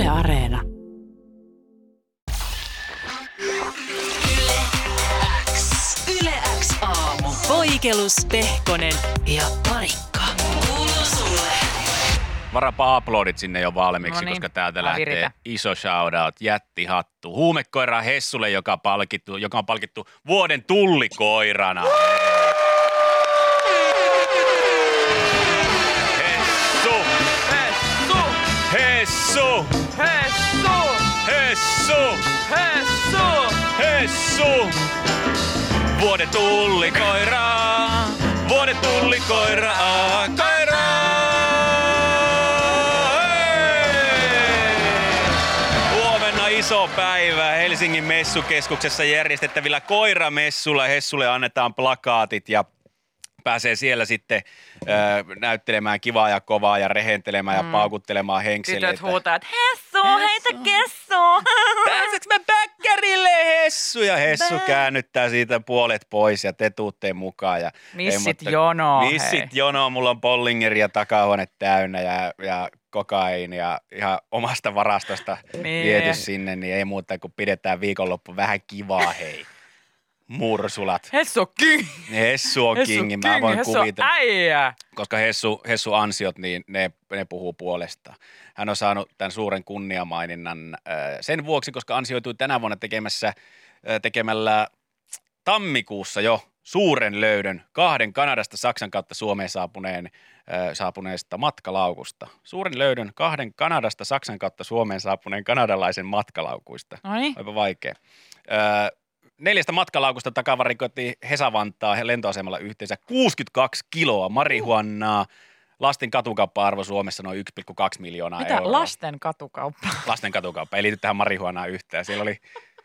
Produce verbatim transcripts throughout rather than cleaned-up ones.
Yle Areena. Yle X. Yle X aamu. Voikelus, Pehkonen ja Parikka. Kuuluu sulle. Varapa aplodit sinne jo valmiiksi, Noniin, koska täältä mä lähtee viritän. iso shoutout, jättihattu. Huumekoira Hessulle, joka, on palkittu, joka on palkittu vuoden tullikoirana. Hessu! Hessu! Hessu! Hessu! Hessu! Hessu! Hessu! Vuoden tullikoira! Vuoden tullikoira! Koira! Huomenna iso päivä Helsingin messukeskuksessa järjestettävillä koiramessulla. Hessulle annetaan plakaatit ja pääsee siellä sitten äh, näyttelemään kivaa ja kovaa ja rehentelemään mm. ja paukuttelemaan henkseleitä. Tytöt huutaa, että Hessu, heitä kessu! Pääseekö mä bäkkärille, Hessu? Ja Hessu Bä. käännyttää siitä puolet pois ja te tuutte mukaan. Ja Missit jono, Missit hei. jono, mulla on bollingeria takahuone täynnä ja, ja kokaiinia ihan omasta varastosta niin. viety sinne, niin ei muuta kuin pidetään viikonloppu vähän kivaa, hei. Mursulat. Hessu on king! Hessu on Hessu king, king. mä voin Hessu kuvitella. äijä! Koska Hessu, Hessu ansiot, niin ne, ne puhuu puolestaan. Hän on saanut tämän suuren kunniamaininnan äh, sen vuoksi, koska ansioitui tänä vuonna tekemässä, äh, tekemällä tammikuussa jo suuren löydön kahden Kanadasta Saksan kautta Suomeen saapuneen, äh, saapuneesta matkalaukusta. Suuren löydön kahden Kanadasta Saksan kautta Suomeen saapuneen kanadalaisen matkalaukuista. Noniin. Olipa vaikea. Äh, Neljästä matkalaukusta takavarikoitiin Hesa-Vantaa lentoasemalla yhteensä kuusikymmentäkaksi kiloa marihuannaa. Lasten katukauppa-arvo Suomessa noin yksi pilkku kaksi miljoonaa Mitä? euroa. Lasten katukauppa? Lasten katukauppa. Ei liity tähän marihuanaan yhtään. Siellä oli...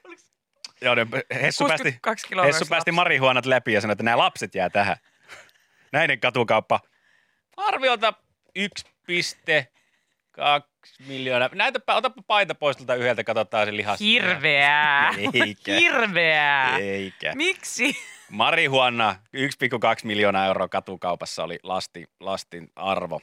Joo, ne, Hessu päästi, kuusikymmentäkaksi kiloa Hessu myös päästi lapsi. marihuanat läpi ja sanoi, että nämä lapset jää tähän. Näiden katukauppa. Arviolta yksi pilkku kaksi miljoonaa. Näytäpä, otapa paita pois tuolta yhdeltä, katsotaan se lihas. Hirveää! Eikä. Hirveää! Eikä. Miksi? Marihuana, yksi pilkku kaksi miljoonaa euroa katukaupassa oli lasti, lastin arvo.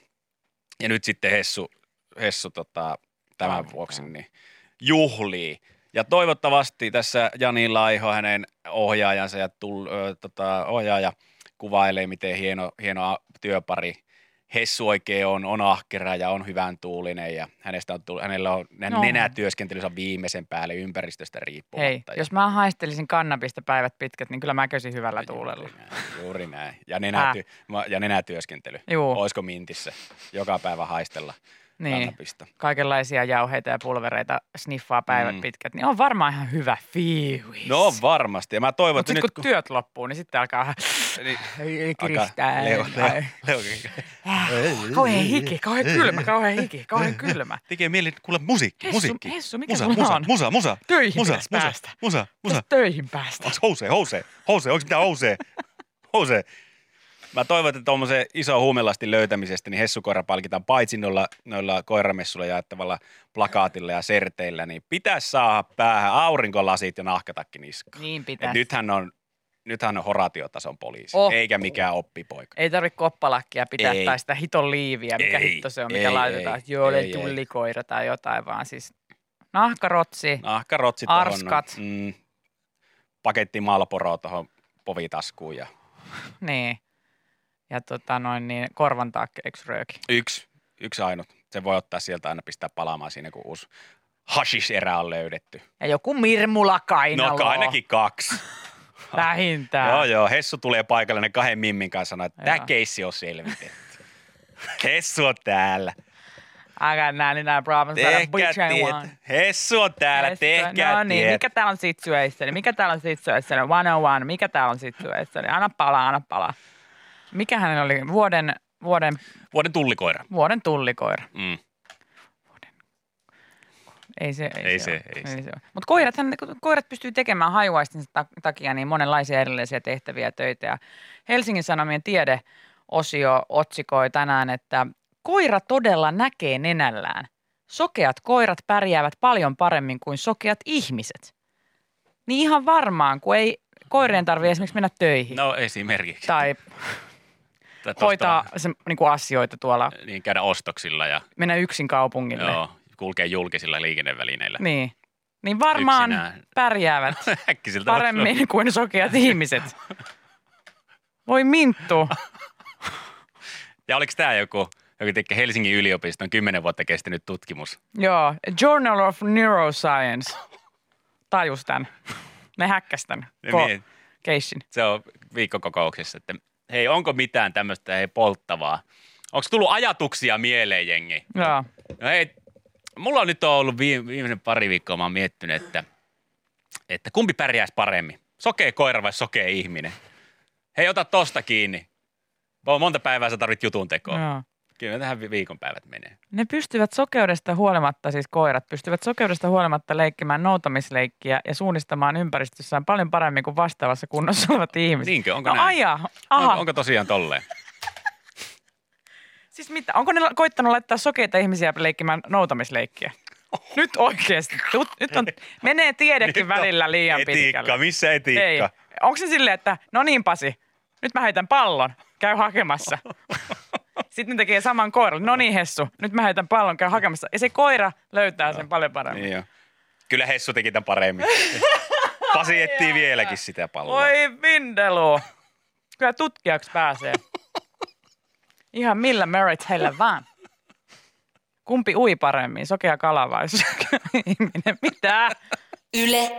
Ja nyt sitten Hessu, Hessu tota, tämän Palkitaan. vuoksi niin juhlii. Ja toivottavasti tässä Jani Laiho, hänen ohjaajansa ja tull, ö, tota, ohjaaja kuvailee, miten hieno, hieno työpari Hessu oikein on, on ahkera ja on hyvän tuulinen ja hänestä on tullut, hänellä on No. nenätyöskentelyssä viimeisen päälle ympäristöstä riippumatta. Hei, jos mä haistelisin kannabista päivät pitkät, niin kyllä mä köisin hyvällä tuulella. Juuri näin. Juuri näin. Ja, nenäty, ja nenätyöskentely. Juu. Oisko mintissä joka päivä haistella Niin, kannabista? kaikenlaisia jauheita ja pulvereita sniffaa päivät Mm. pitkät, niin on varmaan ihan hyvä fiilis. No varmasti. Ja mä toivon, Mutta että sitten nyt kun työt loppuu, niin sitten alkaa Niin, kiristää. Leo, Leo, Leo, Äh, Kauhean hiki, kauhean kylmä, kauhean hiki, kauhean kylmä. tekee mieli kuule musiikki, Hessu, musiikki. Hessu, mikä musa, sulla musa, on? musa, musa, Töihin musa, pitäisi musa, päästä. musa, musa. Pitäisi töihin päästä. Onks housee, housee, housee, onks mitään housee? Housee. Mä toivon, että tuommoisen iso huumelastin löytämisestä niin Hessukoira palkitaan paitsi noilla, noilla koiramessuilla jaettavalla plakaatilla ja serteillä, niin pitäisi saada päähän aurinkolasit ja nahkatakki niskaan. Niin Et pitää. nythän on, nythän on horatiotason poliisi, Oh. eikä mikään oppipoika. Ei tarvitse koppalakkia pitää Ei. tai sitä hiton liiviä, mikä Ei, hitto se on, mikä ei, laitetaan, ei, että joo, olen ei, ei. tullikoira tai jotain, vaan siis nahkarotsi, Nahkarotsit Arskat. tohon, mm, paketti Malboroa tuohon povitaskuun ja niin. Ja tota noin niin, korvan taakse, eikö rööki? yksi, yksi ainut. Se voi ottaa sieltä aina pistää palaamaan siinä, kun uusi hashish-erä on löydetty. Ja joku mirmula kainalo. No ainakin kaksi. Vähintään. Joo, joo. Hessu tulee paikalle ne kahden mimmin kanssa sanoo, että tämä Joo. keissi on selvitetty. Hessu on täällä. I got ninety-nine problems, but I Tehkää bitch ain't tiet. one. Hessu on täällä, Yes, tehkää No niin, tiet. mikä täällä on situation? Mikä täällä on situation? sata yksi, mikä täällä on situation? Anna palaa, anna palaa. Mikä hän oli? Vuoden, vuoden, Vuoden tullikoira. vuoden tullikoira. Mm. Ei se, ei, Ei se, se, ole. ei ei se. se. Mutta koirathan, koirat pystyy tekemään hajuaistinsa ta- takia niin monenlaisia erilaisia tehtäviä ja töitä. Ja Helsingin Sanomien tiedeosio otsikoi tänään, että koira todella näkee nenällään. Sokeat koirat pärjäävät paljon paremmin kuin sokeat ihmiset. Niin ihan varmaan, kun ei koirien tarvitse esimerkiksi mennä töihin. No esimerkiksi. Tai Tai tosta- hoitaa se, niin kuin asioita tuolla, Niin käydä ostoksilla ja mennä yksin kaupungille. joo, kulkee julkisilla liikennevälineillä. Niin. Niin varmaan Yksinään. Pärjäävät Äkkisiltä paremmin kuin sokeat ihmiset. Voi minttu. Ja oliko tämä joku, joku tekee Helsingin yliopiston kymmenen vuotta kestänyt tutkimus? Joo, Journal of Neuroscience. Tajus tämän. Ne häkkäs tämän ko- keissin. Se on viikkokokouksessa, että hei, onko mitään tämmöistä hei, polttavaa? Onko tullut ajatuksia mieleen, jengi? Joo. No hei, mulla on nyt ollut viimeisen pari viikkoa, mä oon miettinyt, että, että kumpi pärjäisi paremmin? Sokea koira vai sokea ihminen? Hei, ota tosta kiinni. Monta päivää sä tarvit jutun tekoa. Joo. Kyllä tähän viikonpäivät menee. Ne pystyvät sokeudesta huolimatta, siis koirat, pystyvät sokeudesta huolimatta leikkimään noutamisleikkiä ja suunnistamaan ympäristössään paljon paremmin kuin vastaavassa kunnossa olevat ihmiset. Niinkö? Onko no, näin? Aja, aha. On, onko tosiaan tolleen? Siis mitä? Onko ne koittanut laittaa sokeita ihmisiä leikkimään noutamisleikkiä? Nyt oikeasti. Nyt on, menee tiedekin välillä liian etiikka, pitkälle. Missä etiikka? Ei. Onko se silleen, että no niin Pasi, nyt mä heitän pallon, käy hakemassa. Sitten ne tekee saman koiran. No niin Hessu, nyt mä heitän pallon, käy hakemassa. Ja se koira löytää sen paljon paremmin. Niin jo. Kyllä Hessu teki tämän paremmin. Pasi etsii vieläkin sitä palloa. Voi vindelu. Kyllä tutkijaksi pääsee. Ihan millä merit heillä vaan. Kumpi ui paremmin, sokea kala vai sokea ihminen? Mitä? Yle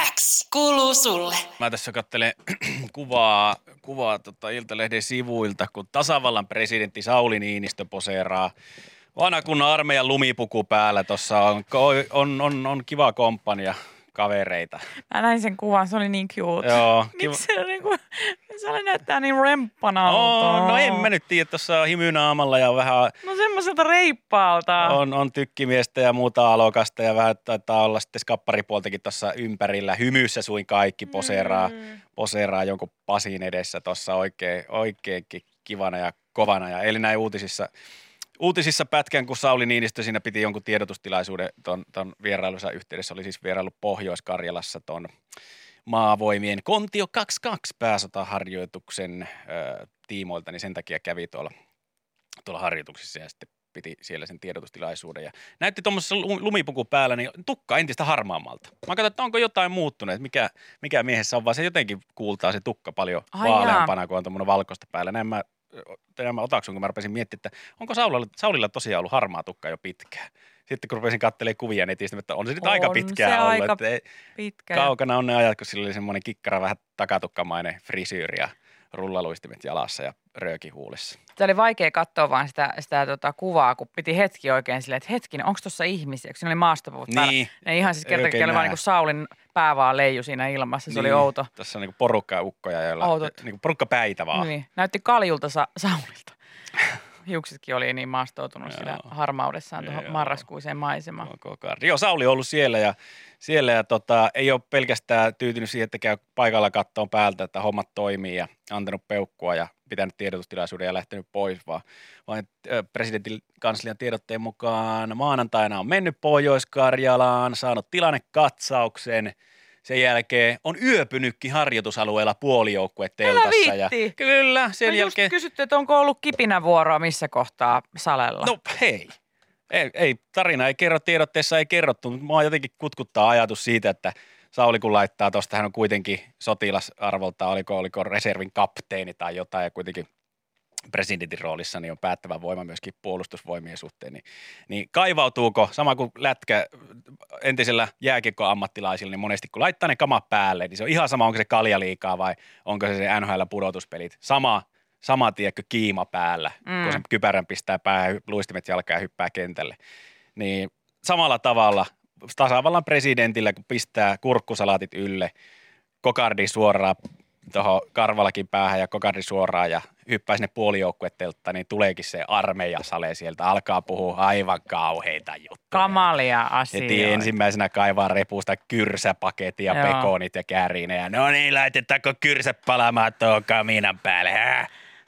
X kuuluu sulle. Mä tässä katselen kuvaa, kuvaa tota Iltalehden sivuilta, kun tasavallan presidentti Sauli Niinistö poseeraa vanha kunnon armeijan lumipuku päällä. Tuossa on, on, on, on kiva komppania kavereita. Mä näin sen kuvan, se oli niin cute. Joo. Miksi se, niin kuin, se oli näyttää niin remppana? Oh, no en mä nyt tiedä, tuossa on hymynaamalla ja vähän no semmoiselta reippaalta. on, on tykkimiestä ja muuta alokasta ja vähän taitaa olla sitten skapparipuoltakin tuossa ympärillä. Hymyssä suin kaikki poseeraa, mm. poseeraa jonkun Pasin edessä tuossa oikein, oikeinkin kivana ja kovana. Ja eli näin uutisissa, uutisissa pätkän, kun Sauli Niinistö siinä piti jonkun tiedotustilaisuuden ton, ton vierailunsa yhteydessä. Oli siis vierailu Pohjois-Karjalassa ton Maavoimien Kontio kaksikymmentäkaksi pääsotaharjoituksen ö, tiimoilta, niin sen takia kävi tuolla, tuolla harjoituksissa ja sitten piti siellä sen tiedotustilaisuuden. Ja näytti tuommoisessa lumipuku päällä, niin tukka entistä harmaammalta. Mä katsoin, että onko jotain muuttunut, että mikä, mikä miehessä on, vaan se jotenkin kuultaa se tukka paljon Ai vaaleampana, kun on tuommoinen valkoista päällä. Näin mä, näin mä otaksun, kun mä rupesin miettimään, että onko Saulilla, Saulilla tosiaan ollut harmaa tukka jo pitkään. Sitten kun rupesin katselemaan kuvia netistä, että on se nyt on aika pitkään se ollut. aika että pitkä. Kaukana on ne ajat, kun sillä oli semmoinen kikkara vähän takatukkamainen frisyyri ja rullaluistimet jalassa ja rööki huulessa. Se oli vaikea katsoa vaan sitä, sitä tota kuvaa, kun piti hetki oikein silleen, että hetkinen, onko tuossa ihmisiä? Kun siinä oli maastopuvut niin, päällä. Ne ihan siis kerta kaikkiaan oli vaan niin kuin Saulin pää vaan leiju siinä ilmassa. Se niin, oli outo. Tässä on niin porukka ja ukkoja, joilla niin porukka päitä vaan. Niin, näytti kaljulta sa- Saulilta. Hiuksetkin oli niin maastoutunut siinä harmaudessaan tuohon marraskuiseen maisemaan. Joo, Sauli on ollut siellä ja, siellä ja tota, ei ole pelkästään tyytynyt siihen, että käy paikalla kattoon päältä, että hommat toimii ja antanut peukkua ja pitänyt tiedotustilaisuuden ja lähtenyt pois, vaan, vaan presidentin kanslian tiedotteen mukaan maanantaina on mennyt Pohjois-Karjalaan, saanut tilannekatsauksen. Sen jälkeen on yöpynytkin harjoitusalueella puolijoukkueteltassa. Ja kyllä, sen no jälkeen... kysytty, että onko ollut kipinävuoroa missä kohtaa salella? No hei, ei, ei tarina ei kerro, tiedotteessa ei kerrottu, mutta mua jotenkin kutkuttaa ajatus siitä, että Sauli kun laittaa tuosta, hän on kuitenkin sotilasarvolta, oliko, oliko reservin kapteeni tai jotain ja kuitenkin presidentin roolissa niin on päättävä voima myöskin puolustusvoimien suhteen, niin, niin kaivautuuko, sama kuin lätkä entisellä jääkiekkoammattilaisilla, niin monesti kun laittaa ne kamat päälle, niin se on ihan sama, onko se kaljaliikaa vai onko se se N H L-pudotuspelit. Sama, sama tiedätkö, kiima päällä, mm. kun sen kypärän pistää päähän, luistimet jalkaa ja hyppää kentälle. Niin samalla tavalla tasavallan presidentillä, kun pistää kurkkusalaatit ylle, kokardi suoraan tuohon karvalakin päähän ja kokardi suoraan ja hyppää sinne puolijoukkueteltta, niin tuleekin se armeijasale sieltä, alkaa puhua aivan kauheita juttuja. Kamalia asioita. Heti ensimmäisenä kaivaa repusta kyrsäpaketin ja Joo. pekonit ja käärinejä. No niin, laitetaanko kyrsä palaamaan tuohon kaminan päälle, hä?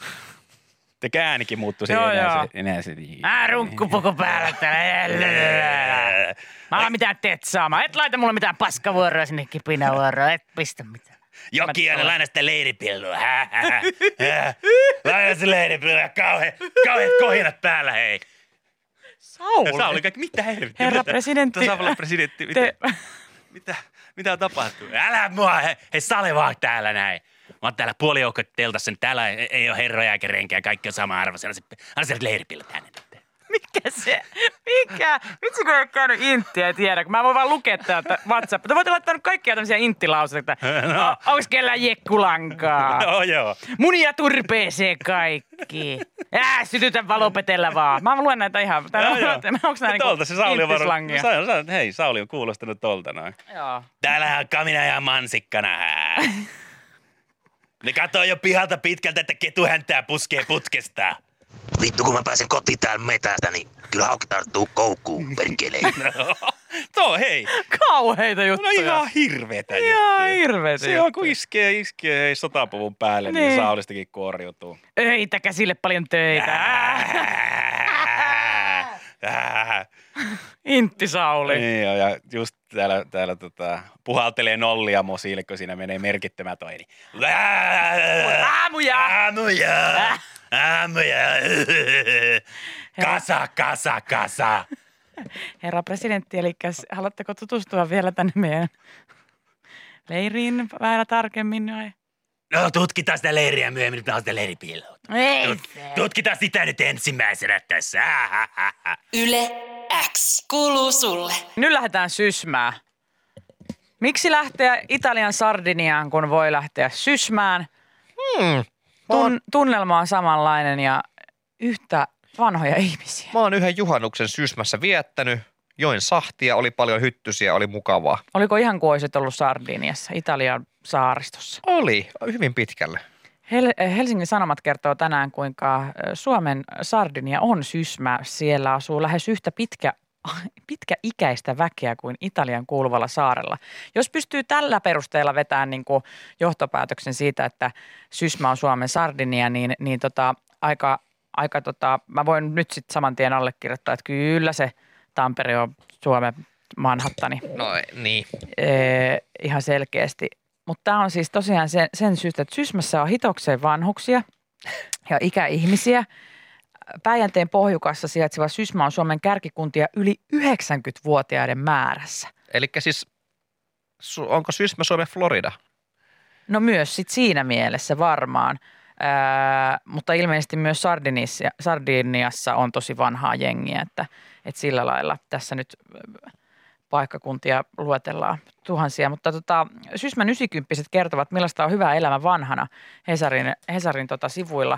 Te äänikin muuttui siihen. Joo, enää se, enää se, Mä runkkupuku päällä täällä. Mä alan mitään tetsaamaan. Et laita mulle mitään paskavuoroa sinne kipinävuoroa. Et pistä mitään. Jokiainen, laina sitä leiripillua. Laina sitä leiripillua. Kauheat, kauheat kohinat päällä, hei. Sauli. Sauli, kaikki, mitä helvettiä? Herra mitä? presidentti. Tasavallan presidentti, mitä, Te... mitä, mitä tapahtuu? Älä mua, hei, hei Sale vaan täällä näin. Mä oon täällä puolijoukko teltassa, niin täällä ei, ei ole herroja eikä renkejä, kaikki on sama arvoisia. Anna se leiripillä tänne. Mikä se? Mikä? Vitsi kun ei käynyt inttiä, ei tiedä. Kun mä voin vaan lukea täältä WhatsApp. Te voitte laittaa nyt kaikkia tämmöisiä inttilauseita. No. Onks kellään jekkulankaa? No joo. Munia turpeeseen kaikki. Ää, sytytä valopetellä vaan. Mä luen näitä ihan. Joo, joo. Onks nää niinku Tolta se Sauli on varmaan. inttislangia? Hei, Sauli on kuulostanut tolta noin. Joo. Täällähän on kamina ja mansikkana. Ne katoo jo pihalta pitkältä, että ketu häntää puskee putkesta. Vittu, kun mä pääsen kotiin täällä metästä, niin kyllä hauki tarttuu koukkuun, perkeleen. No, tuo hei. Kauheita juttuja. No ihan hirveetä Ihan juttuja. hirveetä Se on, kun iskee, iskee ei sotapuvun päälle, niin, niin Saulistakin kuoriutuu. Öitä käsille paljon töitä. Intti Sauli. Niin joo, ja just täällä, täällä tota, puhaltelee nollia mosille, kun siinä menee merkittämä toi. Niin. Aamuja! Aamuja! Aamuja! Kasa, kasa, kasa! Herra presidentti, eli haluatteko tutustua vielä tänne meidän leiriin vähän tarkemmin? Vai? No tutkitaan sitä leiriä myöhemmin, nyt mä oon sitä leiripiiloa. Ei Tut- tutkitaan sitä nyt ensimmäisenä tässä. Yle X kuuluu sulle. Nyt lähdetään Sysmään. Miksi lähteä Italian Sardiniaan, kun voi lähteä Sysmään? Hmm. Tun- tunnelma on samanlainen ja yhtä vanhoja ihmisiä. Mä oon yhden juhannuksen Sysmässä viettänyt. Join sahtia, oli paljon hyttysiä, oli mukavaa. Oliko ihan kuin olisit ollut Sardiniassa, Italian saaristossa? Oli, hyvin pitkälle. Hel- Helsingin Sanomat kertoo tänään, kuinka Suomen Sardinia on Sysmä. Siellä asuu lähes yhtä pitkä, pitkäikäistä väkeä kuin Italian kuuluvalla saarella. Jos pystyy tällä perusteella vetämään niin kuin johtopäätöksen siitä, että Sysmä on Suomen Sardinia, niin, niin tota, aika, aika tota, mä voin nyt sitten saman tien allekirjoittaa, että kyllä se Tampere on Suomen Manhattani. No niin. Ee, ihan selkeästi. Mutta tämä on siis tosiaan sen, sen syystä, että Sysmässä on hitokseen vanhuksia ja ikäihmisiä. Päijänteen pohjukassa sijaitseva Sysmä on Suomen kärkikuntia yli yhdeksänkymmentävuotiaiden määrässä. Eli siis onko Sysmä Suomen Florida? No myös sit siinä mielessä varmaan, Ää, mutta ilmeisesti myös Sardiniassa, Sardiniassa on tosi vanhaa jengiä, että, että sillä lailla tässä nyt paikkakuntia luetellaan tuhansia. Mutta tota, Sysmän ysikymppiset kertovat, millaista on hyvä elämä vanhana Hesarin, Hesarin tota sivuilla.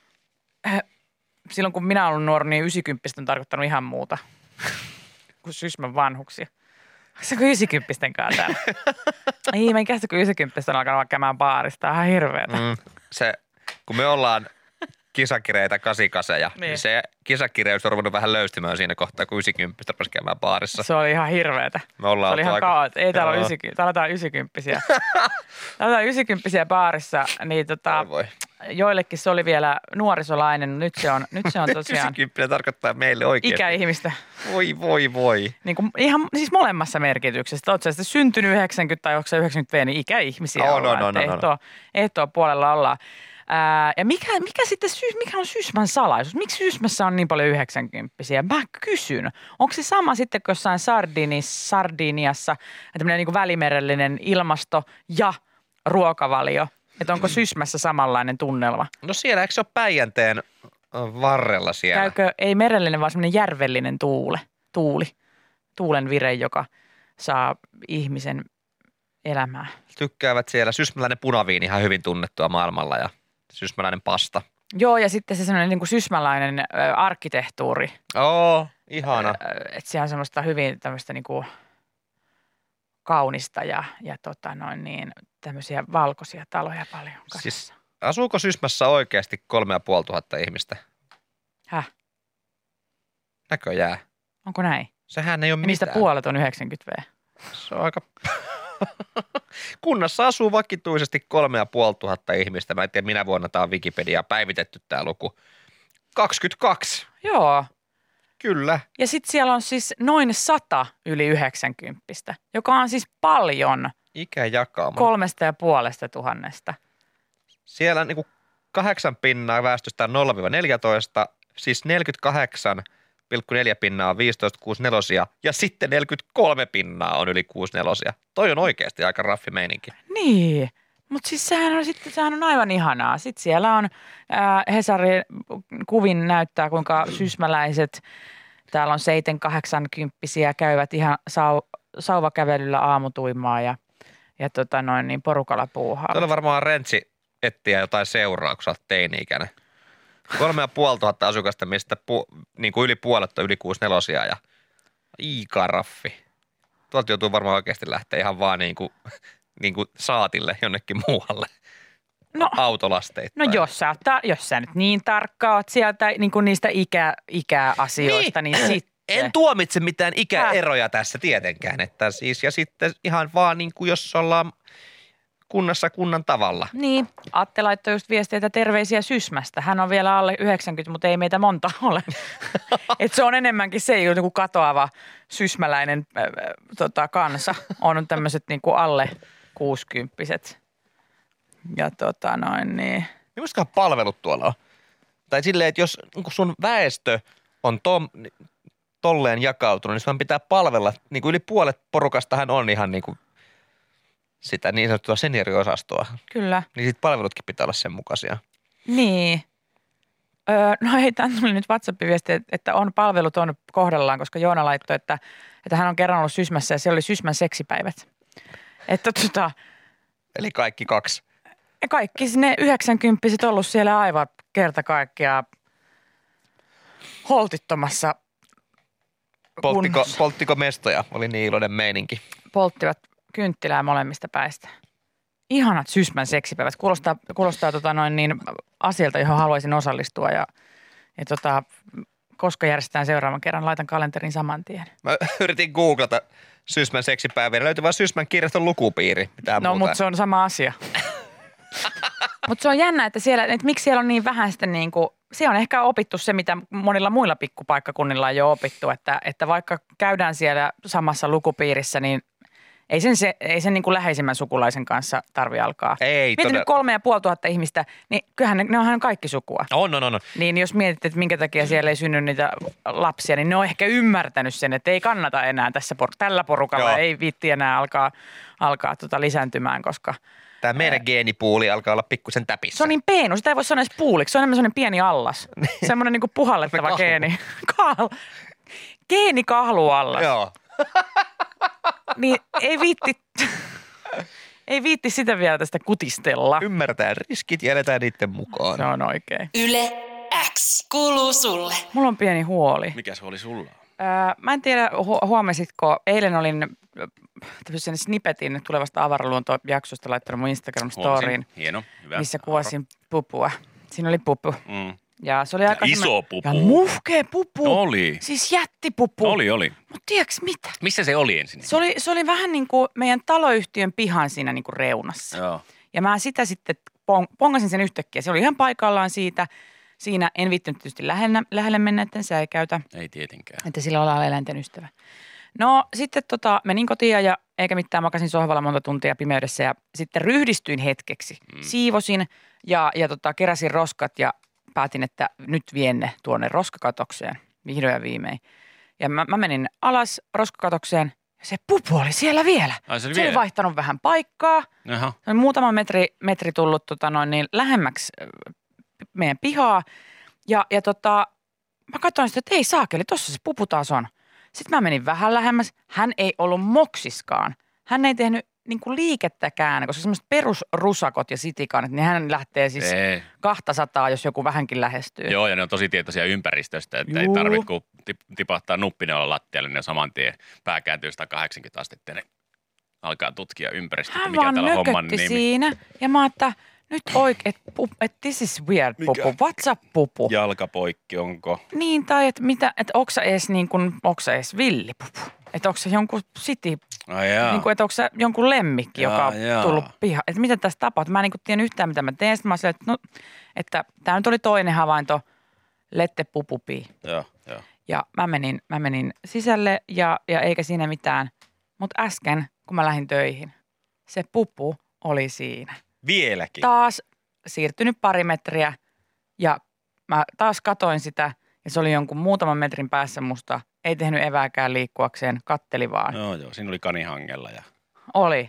Silloin kun minä olen nuori, niin ysikymppiset on tarkoittanut ihan muuta kuin Sysmän vanhuksia. Se on ysikymppisten kanssa täällä. Ei, mä en käsitä, kun ysikymppiset on alkanut käymään baarista. Ihan hirveetä. Mm, se, kun me ollaan kisakireitä kasikaseja, niin. niin se kisakireys on ruvennut vähän löystymään siinä kohtaa, kun ysikymppistä rupesi käymään baarissa. Se oli ihan hirveetä. Me ollaan se oli ihan aika... kaot. Ei täällä ole ysikymppisiä. Täällä on ysikymppisiä. Täällä on ysikymppisiä baarissa, niin tota, voi. Joillekin se oli vielä nuorisolainen. Nyt se on, nyt se on tosiaan ysikymppinen tarkoittaa meille oikein. Ikäihmistä. Voi, voi, voi. Niin kuin ihan siis molemmassa merkityksessä. Oletko sitten syntynyt yhdeksänkymmentä tai onko se yhdeksänkymmentä, niin ikäihmisiä oh, ollaan. No, no, no, ehtoa, no. ehtoa puolella ollaan. Ää, ja mikä, mikä sitten, mikä on Sysmän salaisuus? Miksi Sysmässä on niin paljon yhdeksänkymppisiä? Mä kysyn. Onko se sama sitten kuin jossain Sardinis, Sardiniassa, tämmöinen niin kuin välimerellinen ilmasto ja ruokavalio? Että onko Sysmässä samanlainen tunnelma? No siellä, eikö se ole Päijänteen varrella siellä? Käykö, ei merellinen, vaan semmoinen järvellinen tuule, tuuli, tuulen vire, joka saa ihmisen elämää. Tykkäävät siellä. Sysmäläinen punaviini ihan hyvin tunnettua maailmalla ja sysmäläinen pasta. Joo, ja sitten se semmoinen niin kuin sysmäläinen ä, arkkitehtuuri. Oo, ihana. Että siellä on semmoista hyvin tämmöistä niin kuin kaunista ja, ja tota noin niin, tämmöisiä valkoisia taloja paljon kasassa. Siis asuuko Sysmässä oikeasti kolme ja puoli tuhatta ihmistä? Häh? Näköjään. Onko näin? Sehän ei ole Ja niistä mitään. puolet on yhdeksänkymmentä vuotta. Se on aika... Kunnassa asuu vakituisesti kolme ja puoli tuhatta ihmistä. Mä en tiedä, minä vuonna tämä on Wikipedia päivitetty tämä luku. kaksikymmentäkaksi. Joo. Kyllä. Ja sitten siellä on siis noin sata yli yhdeksänkymppistä, joka on siis paljon Ikäjakauma. kolmesta ja puolesta tuhannesta. Siellä niinku kahdeksan pinnaa väestöstä nolla neljätoista, siis neljäkymmentäkahdeksan pilkku neljä pinnaa on viisitoista kuusikymmentäneljä ja sitten neljäkymmentäkolme pinnaa on yli kuusikymmentäneljä. Toi on oikeasti aika raffi meininki. Niin, mutta siis sehän on, sitten, sehän on aivan ihanaa. Sitten siellä on ää, Hesarin kuvin näyttää, kuinka sysmäläiset, täällä on seiten kahdeksankymppisiä, käyvät ihan sau, sauvakävelyllä aamutuimaa ja, ja tota noin, niin porukalla puuhaa. Tuolla varmaan rentsi etsiä jotain seuraa, kun sä oot teini-ikäinen. Kolme ja puoli tuhatta asukasta, mistä pu, niin kuin yli puolet on yli kuusikymmentäneljä ja iika raffi. Tuolta joutuu varmaan oikeasti lähteä ihan vaan niin kuin, niin kuin saatille jonnekin muualle. No, autolasteittain. No jos sä, ta, jos sä nyt niin tarkka oot sieltä niin kuin niistä ikä, ikäasioista, niin, niin sitten. En tuomitse mitään ikäeroja tässä tietenkään. Että siis, ja sitten ihan vaan niin kuin jos ollaan kunnassa kunnan tavalla. Niin, Atte laittoi just viestiä, että terveisiä Sysmästä. Hän on vielä alle yhdeksänkymmentä, mutta ei meitä monta ole. Et se on enemmänkin se joku katoava sysmäläinen äh, tota, kansa. On tämmöiset niin kuin alle kuusikymppiset. Ja tota noin niin. Millaisikaan palvelut tuolla on? Tai silleen, että jos niin sun väestö on tom, tolleen jakautunut, niin sun pitää palvella. Niin kuin yli puolet porukastahan on ihan niin kuin sitä niin sanottua senioriosastoa. Kyllä. Niin sit palvelutkin pitää olla sen mukaisia. Niin. Öö, no ei, tämän tuli nyt WhatsApp-viesti, että on palvelut on kohdallaan, koska Joona laittoi, että, että hän on kerran ollut Sysmässä ja siellä oli Sysmän seksipäivät. Että tota. Eli kaikki kaksi. Kaikki ne yhdeksänkymppiset ollut siellä aivan kerta kaikkiaan holtittomassa Polttiko, kunnossa. polttiko mestoja? Oli niin iloinen meininki. Polttivat kynttilää molemmista päistä. Ihanat Sysmän seksipäivät. Kuulostaa, kuulostaa tota noin niin asialta, johon haluaisin osallistua ja, ja tota, koska järjestetään seuraavan kerran, laitan kalenterin saman tien. Mä yritin googlata Sysmän seksipäiviä. Löytyi vaan Sysmän kirjaston lukupiiri. Mitään no, mutta se on sama asia. Mutta se on jännä, että, siellä, että miksi siellä on niin vähän sitten niin kuin, se on ehkä opittu se, mitä monilla muilla pikkupaikkakunnilla on jo opittu, että, että vaikka käydään siellä samassa lukupiirissä, niin ei sen, se, ei sen niin kuin läheisimmän sukulaisen kanssa tarvi alkaa. Ei Mietin nyt kolme ja puoli tuhatta ihmistä, niin kyllähän ne, ne onhan kaikki sukua. On, on, on. Niin jos mietit, että minkä takia siellä ei synny niitä lapsia, niin ne on ehkä ymmärtänyt sen, että ei kannata enää tässä por- tällä porukalla, Joo. ei viitti enää alkaa, alkaa tota lisääntymään, koska tämä meidän geenipuuli alkaa olla pikkusen täpissä. Se on niin peenu, sitä ei voi sanoa edes puuliksi. Se on enemmän sellainen pieni allas. Semmoinen niin kuin puhallettava geeni. Kahl. Geenikahluallas. Joo. Niin ei viitti, ei viitti sitä vielä tästä kutistella. Ymmärretään riskit ja eletään niiden mukaan. Se on oikein. Yle X kuuluu sulle. Mulla on pieni huoli. Mikä se oli sulla? Öö, mä en tiedä, hu- huomasitko, eilen olin tämmöisen snippetin tulevasta avaraluontojaksosta laittanut mun Instagram-storiin. Hieno, hyvä. Missä kuvasin pupua. Siinä oli pupu. Mm. Ja se oli aika ja iso pupu. Ja muhkea pupu. No oli. Siis jättipupu. Oli, oli. Mutta tiedätkö mitä? Missä se oli ensin? Se oli, se oli vähän niin kuin meidän taloyhtiön pihan siinä niin kuin reunassa. Joo. Ja mä sitä sitten pong, pongasin sen yhtäkkiä. Se oli ihan paikallaan siitä. Siinä en viittynyt tietysti lähelle, lähelle mennä, etten säikäytä. Ei tietenkään. Että sillä ollaan eläinten ystävä. No sitten tota, menin kotiin ja eikä mitään, makasin sohvalla monta tuntia pimeydessä ja sitten ryhdistyin hetkeksi. Mm. Siivosin ja, ja tota, keräsin roskat ja päätin, että nyt vien ne tuonne roskakatokseen vihdoin ja viimein. Ja mä, mä menin alas roskakatokseen ja se pupu oli siellä vielä. Ai, se oli, se vielä? oli vaihtanut vähän paikkaa. Aha. Se oli muutama metri, metri tullut tota, noin, niin lähemmäksi meidän pihaa. Ja, ja tota, mä katsoin sitä, että ei saakeli, tossa se pupu taas on. Sitten mä menin vähän lähemmäs. Hän ei ollut moksiskaan. Hän ei tehnyt niin kuin liikettäkään, koska semmoiset perusrusakot ja sitikanit, niin hän lähtee siis ei. kahtasataa, jos joku vähänkin lähestyy. Joo, ja ne on tosi tietoisia ympäristöstä, että Juu. ei tarvitse, kun tipahtaa nuppineulan lattialle, niin ne saman tien pää kääntyy sata kahdeksankymmentä astetta, ne alkaa tutkia ympäristöstä, hän mikä täällä homman nimi. nimi. Siinä, ja mä että nyt oikein, että et this is weird pupu, WhatsApp-pupu. Jalkapoikki onko? Niin, tai että mitä, että onko sä edes niin kuin, onko sä edes villipupu? Että onko se jonkun city, niin kuin, että onko se jonkun lemmikki, jaa, joka on jaa. tullut pihaan. Että mitä tässä tapahtuu? Mä en niin kuin tiedä yhtään, mitä mä teen. Sitten mä sanoin, että, no, että tämä nyt oli toinen havainto, lette pupupii. Joo, joo. Ja mä menin, mä menin sisälle ja, ja eikä siinä mitään. Mutta äsken, kun mä lähdin töihin, se pupu oli siinä. Vieläkin? Taas siirtynyt pari metriä ja mä taas katoin sitä Ja se oli jonkun muutaman metrin päässä musta. Ei tehnyt evääkään liikkuakseen, katteli vaan. Joo, joo, siinä oli kanihangella ja... Oli.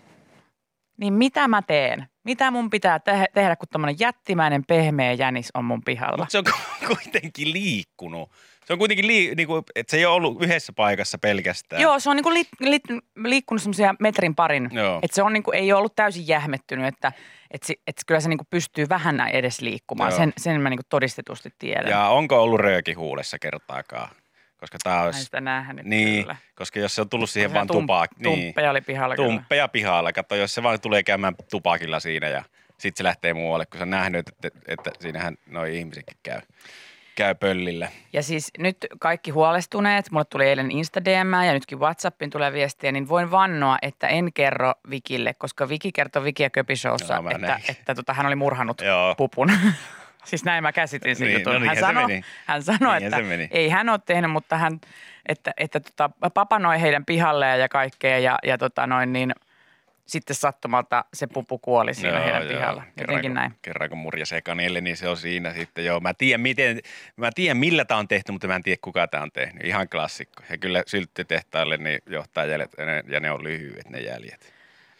Niin mitä mä teen? Mitä mun pitää te- tehdä, kun tämmöinen jättimäinen pehmeä jänis on mun pihalla? Mutta se on kuitenkin liikkunut. Se on kuitenkin, lii, niinku, että se ei ole ollut yhdessä paikassa pelkästään. Joo, se on niinku li, li, liikkunut semmoisia metrin parin. Joo. Että se on niinku, ei ole ollut täysin jähmettynyt, että et se, et kyllä se niinku pystyy vähän edes liikkumaan. Sen, sen mä niinku todistetusti tiedän. Ja onko ollut rööki huulessa kertaakaan? Koska tää Mä en olisi... sitä nähnyt Niin, kyllä. koska jos se on tullut siihen Se vaan tum- tupaa... Tumppeja oli pihalla kyllä. Tumppeja pihalla. Kato, jos se vaan tulee käymään tupakilla siinä ja sitten se lähtee muualle, kun sä on nähnyt, että, että, että siinähän noi ihmisetkin käy, käy pöllillä. Ja siis nyt kaikki huolestuneet, mulle tuli eilen Insta-D M ja nytkin WhatsAppin tulee viestiä, niin voin vannoa, että en kerro Vikille, koska Viki kertoi Viki ja Köpi-showssa, Joo, mä että, näin. että tota, hän oli murhannut Joo. pupun. Siis näin mä käsitin sen Niin, jutun. no hän niinhän se sanoi, meni. hän sanoi Niinhän että se meni. ei hän ole tehnyt, mutta hän, että, että tota, papanoi heidän pihalleen ja kaikkea ja, ja tota noin niin, sitten sattumalta se pupu kuoli siinä heidän pihalla. Jotenkin näin. Kerran kun murja sekanille, niin se on siinä sitten. Joo, mä tiedän, miten, mä tiedän millä tämä on tehty, mutta mä en tiedä kuka tämä on tehnyt. Ihan klassikko. Ja kyllä sylttytehtaille niin johtaa jäljet, ja ne, ja ne on lyhyet ne jäljet.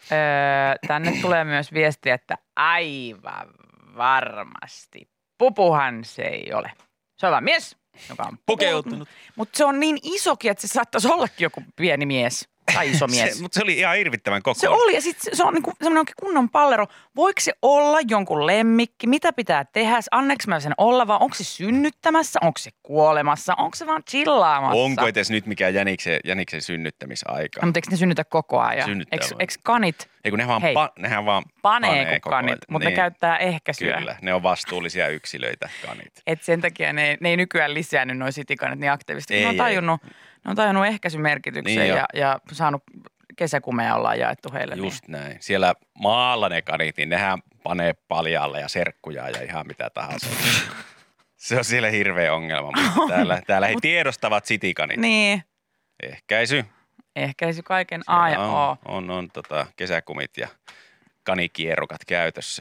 Öö, tänne tulee myös viesti, että aivan varmasti pupuhan se ei ole. Se on vaan mies, joka on Pukeutunut. Mutta se on niin isokin, että se saattaisi ollakin joku pieni mies tai iso mies. Se, mutta se oli ihan hirvittävän kokoinen. Se oli ja sitten se, se on niinku semmoinen oikein kunnon pallero. Voiko se olla jonkun lemmikki? Mitä pitää tehdä? Anneks mä sen olla vai onko se synnyttämässä? Onko se kuolemassa? Onko se vaan chillaamassa? Onko edes nyt mikään jäniksen, jäniksen synnyttämisaika? No, mutta eikö ne synnytä koko ajan? Synnyttää Eikö, vaan. eikö kanit Ei kun ne vaan, Hei. pa, nehän vaan panee panee kuin koko kanit, ajan. mutta Niin. ne käyttää ehkäisyä. Kyllä, ne on vastuullisia yksilöitä, kanit. Et sen takia ne, ne ei nykyään lisäänny nuo sitikanit niin aktiivisesti. Ei, ne, on ei. tajunnut, ne on tajunnut ehkäisymerkityksen Niin jo. ja, ja saanut kesäkumea ollaan jaettu heille. Just näin. Siellä maalla ne kanit, niin nehän panee paljalle ja serkkuja ja ihan mitä tahansa. Se on siellä hirveä ongelma, mutta täällä, täällä he tiedostavat sitikanit. Niin, Ehkäisy. ehkäisy kaiken A ja Siellä O. on, on, on tota, kesäkumit ja kanikierrukat käytössä.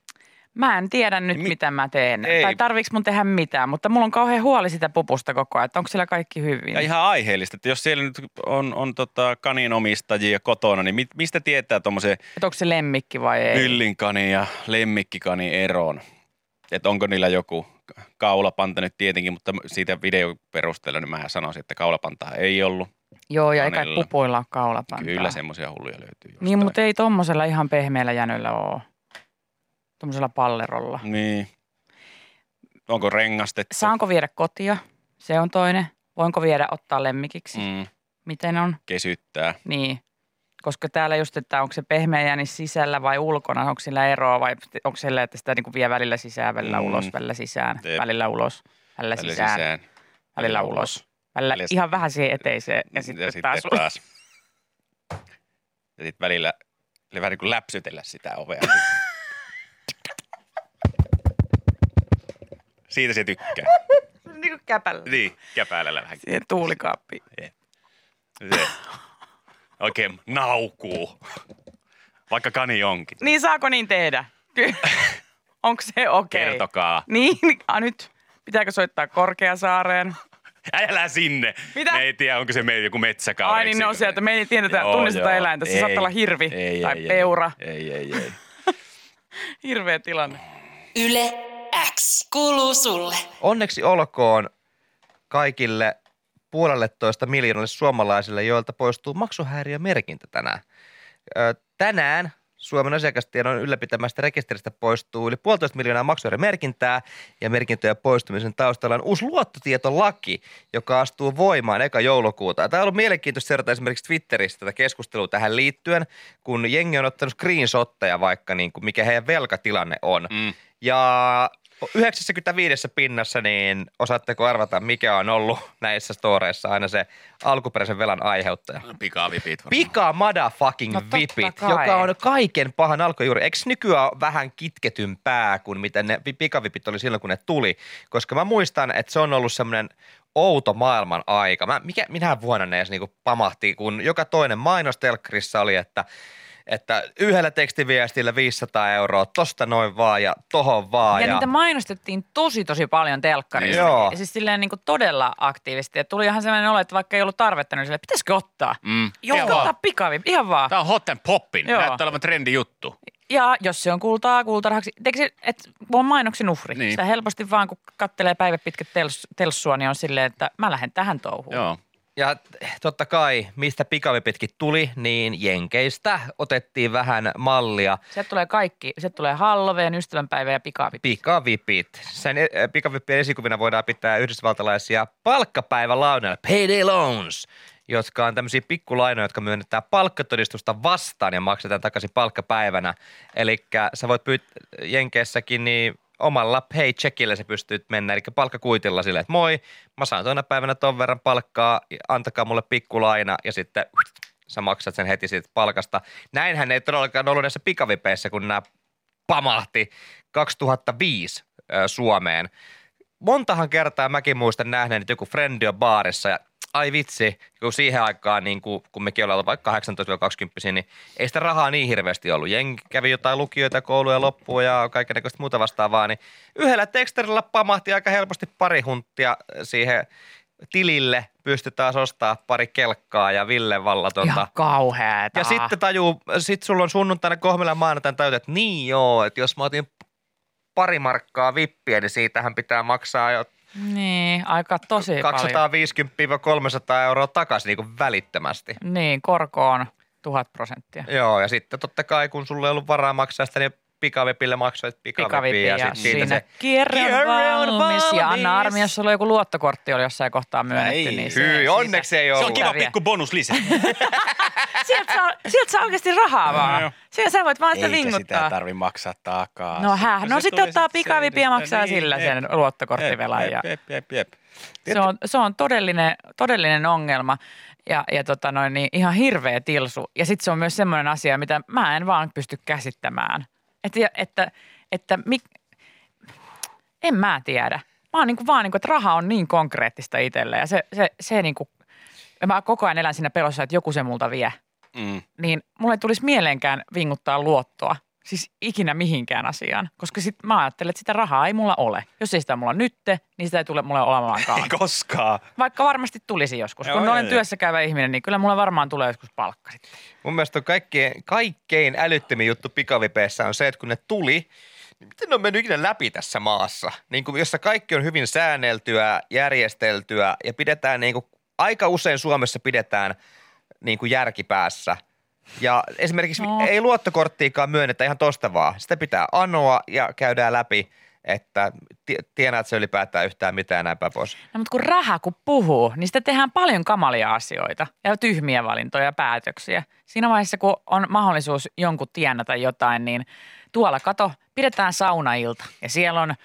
Mä en tiedä nyt, Mi- mitä mä teen. Ei. Tai tarviiks mun tehdä mitään, mutta mulla on kauhean huoli sitä pupusta koko ajan, että onko siellä kaikki hyvin. Ja ihan aiheellista, että jos siellä nyt on, on tota kaninomistajia kotona, niin mit, mistä tietää tuommoisen Että onko se lemmikki vai ei? hyllinkanin ja lemmikkikanin eron? Että onko niillä joku kaulapanta nyt tietenkin, mutta siitä videon perusteella niin mä sanoisin, että kaulapantaa ei ollut. Joo, ja eikä Kanilla. pupuilla ole kaulapantaa. Kyllä semmoisia hulluja löytyy jostain. Niin, mutta ei tommosella ihan pehmeällä jänöllä ole. Tommosella pallerolla. Niin. Onko rengastettu? Saanko viedä kotia? Se on toinen. Voinko viedä ottaa lemmikiksi? Mm, Miten on? kesyttää. Niin. Koska täällä just, että onko se pehmeä jänis sisällä vai ulkona, onko sillä eroa vai onko sillä, että sitä niinku vie välillä sisään, välillä Mm. ulos, välillä sisään, Jep. välillä ulos, välillä, Välillä sisään, sisään. välillä ulos, välillä Välillä- ihan vähän siihen eteiseen ja sitten, ja sitten taas. taas. Ja sitten välillä, eli vähän niin kuin läpsytellä sitä ovea. Siitä se tykkää. Niin kuin käpällä. Niin, käpäällä vähän. Siihen tuulikaappiin. Se oikein naukuu, vaikka kani onkin. Niin saako niin tehdä? Kyllä. Onko se okei? Okay? Kertokaa. Niin, a, nyt pitääkö soittaa Korkeasaareen? Älä sinne. Mitä? Ne ei tiedä, onko se meidän joku metsäkauri. Ai niin ne on sieltä, me ei tiedetä, Joo, tunnisteta joo. eläintä. Se Ei. saattaa olla hirvi Ei, tai ei, peura. Ei, ei, ei. Hirveä tilanne. Yle X kuuluu sulle. Onneksi olkoon kaikille puolelletoista miljoonalle suomalaisille, joilta poistuu maksuhäiriömerkintä tänään. Ö, tänään Suomen asiakastiedon ylläpitämästä rekisteristä poistuu yli puolitoista miljoonaa maksuhäiriömerkintää ja merkintöjen poistumisen taustalla on uusi luottotietolaki, joka astuu voimaan eka joulukuuta. Tämä on ollut mielenkiintoista seurata esimerkiksi Twitterissä tätä keskustelua tähän liittyen, kun jengi on ottanut screenshotteja vaikka niin kuin mikä heidän velkatilanne on. Mm. Ja yhdeksänkymmentäviisi pinnassa, niin osaatteko arvata, mikä on ollut näissä storeissa aina se alkuperäisen velan aiheuttaja? Pikavipit. varmaan. Pika motherfucking No totta vipit, kai. joka on kaiken pahan alkujuuri. Eikö nykyään ole vähän kitketympää kuin mitä ne pikavipit oli silloin, kun ne tuli? Koska mä muistan, että se on ollut semmoinen outo maailman aika. Mä, mikä, minä vuonna ne edes niinku pamahti, kun joka toinen mainostelkkarissa oli, että että yhdellä tekstiviestillä viisisataa euroa, tosta noin vaan ja tohon vaan. Ja, Ja, niitä mainostettiin tosi tosi paljon telkkarissa. Joo. Ja siis silleen niin kuin todella aktiivisesti. Ja tuli ihan sellainen olo, että vaikka ei ollut tarvetta, niin silleen, pitäisikö ottaa? Mm. Joo, Ihan ottaa vaan. pikavippi, ihan vaan. Tää on hot and poppin. Joo. Näyttää olevan trendi juttu. Ja jos se on kultaa, kultarahaksi. Teikö se, että on mainoksen uhri? Niin. Sitä helposti vaan, kun kattelee päivä pitkät tels, telssua, niin on silleen, että mä lähden tähän touhuun. Joo. ja totta kai, mistä pikavipitkin tuli, niin Jenkeistä otettiin vähän mallia. Sieltä tulee kaikki. Sieltä tulee Halloween, ystävänpäivä ja pikavippi. Pikavipit. Sen eh, pikavippien esikuvina voidaan pitää yhdysvaltalaisia palkkapäivälaunoja, payday loans, jotka on tämmöisiä pikkulainoja, jotka myönnetään palkkatodistusta vastaan ja maksetaan takaisin palkkapäivänä. Eli sä voit pyytää Jenkeissäkin niin omalla paycheckillä sä pystyt mennä, eli palkkakuitilla silleen, että moi, mä saan toina päivänä ton verran palkkaa, antakaa mulle pikkulaina ja sitten sä maksat sen heti siitä palkasta. Näinhän ei todellakaan ollut näissä pikavipeissä, kun nämä pamahti kaksituhattaviisi Suomeen. Montahan kertaa mäkin muistan nähneen, että joku frendi on baarissa ja ai vitsi, kun siihen aikaan, niin kun, kun mekin ollaan vaikka kahdeksantoista kaksikymmentä, niin ei sitä rahaa niin hirveästi ollut. Jengi kävi jotain lukioita, kouluja loppuun ja kaikennäköistä muuta vastaavaa, niin yhdellä tekstarilla pamahti aika helposti pari hunttia siihen tilille. Pystyi taas ostaa pari kelkkaa ja Ville vallatonta. Ihan kauheeta. Ja sitten tajuu, sit sulla on sunnuntaina kohmilla maanantaina tajut, että niin joo, että jos mä otin pari markkaa vippiä, niin siitähän pitää maksaa jo Niin, aika tosi paljon. kaksisataaviisikymmentä kolmesataa euroa takaisin niin kuin välittömästi. Niin, korko on tuhat prosenttia. Joo, ja sitten totta kai, kun sulla ei ollut varaa maksaa sitä, niin pikavipille maksoit pikavippiä. Pikavippi ja, ja sitten siitä siinä se kierre on valmis. valmis. Ja Anna Armi, jos sulla joku luottokortti oli jossain kohtaa myönnetty, Ei, niin se, Hyi, siitä- onneksi ei Se on ollut. kiva Hyvä pikku bonus lisä. Sieltä saa, sieltä saa oikeasti rahaa Joo. vaan. Siellä sä voit vaan sitä Eikä sitä vinguttaa. tarvi maksaa takaisin. No häh, Kun no se sitten tuli ottaa sit pikavipin ja se- maksaa niin, sillä jep. sen luottokorttivelan. Jep, Ja jep, jep, jep. se, on, se on todellinen, todellinen ongelma ja, ja tota noin, niin ihan hirveä tilsu. Ja sitten se on myös semmoinen asia, mitä mä en vaan pysty käsittämään. Että, että, että mik, en mä tiedä. Mä oon niinku vaan, niinku, että raha on niin konkreettista itselle ja se, se, se niinku, ja mä koko ajan elän siinä pelossa, että joku se multa vie. Mm. Niin mulle ei tulisi mieleenkään vinguttaa luottoa. Siis ikinä mihinkään asiaan, koska sit mä ajattelen, että sitä rahaa ei mulla ole. Jos ei sitä mulla nytte, niin sitä ei tule mulle olemaankaan. Ei koskaan. Vaikka varmasti tulisi joskus. Joo, Kun joo, olen joo. työssä käyvä ihminen, niin kyllä mulla varmaan tulee joskus palkka sitten. Mun mielestä on kaikkein, kaikkein älyttömin juttu pikavipeissä on se, että kun ne tuli, niin miten ne on mennyt ikinä läpi tässä maassa? Niin kuin, jossa kaikki on hyvin säänneltyä, järjesteltyä ja pidetään niin kuin, aika usein Suomessa pidetään niin kuin järkipäässä. Ja esimerkiksi No. ei luottokorttiikaan myönnetä ihan tosta vaan. Sitä pitää anoa ja käydään läpi, että ti- tienaat se ylipäätään yhtään mitään näin päin pois. No mutta kun raha kun puhuu, niin sitä tehdään paljon kamalia asioita ja tyhmiä valintoja ja päätöksiä. Siinä vaiheessa, kun on mahdollisuus jonkun tienata jotain, niin tuolla kato, pidetään saunailta ja siellä on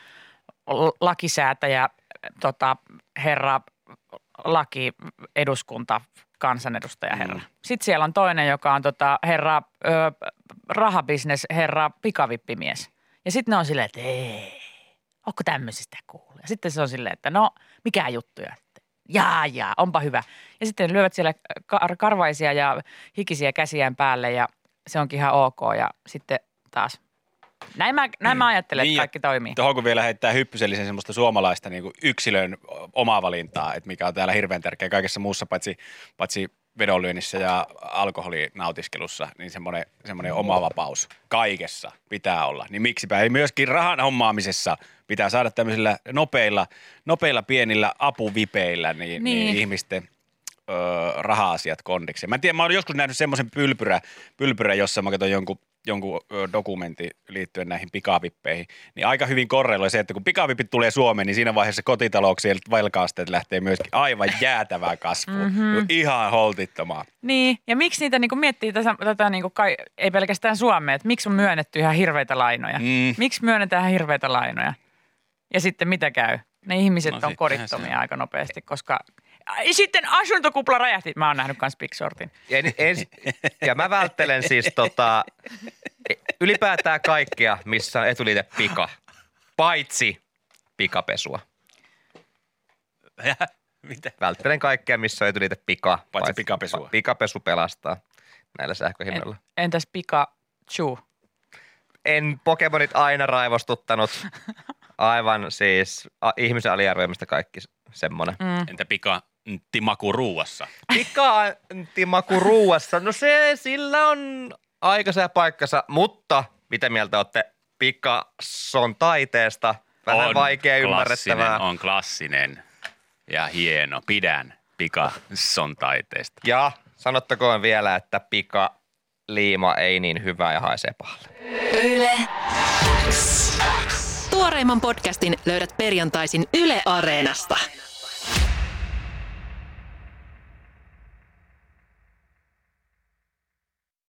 l- lakisäätäjä, tota, herra, laki, eduskunta, kansanedustaja herra. Mm. Sitten siellä on toinen, joka on tota, herra, ö, rahabisnes, herra pikavippimies. Ja sitten ne on silleen, että ei, onko tämmöisistä kuullut? Ja sitten se on silleen, että no, mikä juttuja? Jaa, jaa, onpa hyvä. Ja sitten ne lyövät siellä kar- karvaisia ja hikisiä käsiään päälle ja se onkin ihan ok. Ja sitten taas, näin mä, näin mä ajattelen, Niin, että ja kaikki toimii. Tuohon kun vielä heittää hyppysellisen semmoista suomalaista niin kuin yksilön omaa valintaa, että mikä on täällä hirveän tärkeä kaikessa muussa, paitsi, paitsi vedonlyönnissä ja alkoholinautiskelussa, niin semmoinen, semmoinen oma vapaus kaikessa pitää olla. Niin miksipä ei myöskin rahan hommaamisessa pitää saada tämmöisillä nopeilla, nopeilla pienillä apuvipeillä niin, niin. Niin. niin ihmisten ö, raha-asiat kondiksi. Mä en tiedä, mä oon joskus nähnyt semmoisen pylpyrä, pylpyrä, jossa mä katson jonkun jonkun ö, dokumentti liittyen näihin pikavippeihin, niin aika hyvin korreloi se, että kun pikavipit tulee Suomeen, niin siinä vaiheessa kotitalouksien velka-asteet lähtee myöskin aivan jäätävää kasvuun. Mm-hmm. Ihan holtittomaa. Niin, ja miksi niitä niin miettii tätä, tätä niin kai, ei pelkästään Suomea, että miksi on myönnetty ihan hirveitä lainoja? Mm. Miksi myönnetään ihan hirveitä lainoja? Ja sitten mitä käy? Ne ihmiset No on sittenhän kodittomia se on. aika nopeasti, koska Ai, sitten asuntokupla räjähti. Mä oon nähnyt kans Big Shortin. Ja, ens, ja mä välttelen siis tota, ylipäätään kaikkea, missä on etuliite pika, paitsi pikapesua. Mitä? Välttelen kaikkea, missä on etuliite pika. Paitsi pikapesua. Pikapesu pelastaa. näillä sähköhinnoilla. En, entäs Pikachu? En Pokemonit aina raivostuttanut. Aivan siis a, ihmisen aliarvoimista kaikki semmoinen. Mm. Entä pikantimaku ruuassa? Pikantimaku ruuassa. No se, sillä on aikansa ja paikkansa, mutta mitä mieltä olette Pikasson taiteesta? Vähän on vaikea ymmärrettävää. Klassinen, on klassinen ja hieno. Pidän Pikasson taiteesta. Ja sanottakoon vielä, että pikaliima ei niin hyvä ja haisee pahalle. Yle X. Tuoreimman podcastin löydät perjantaisin Yle Areenasta.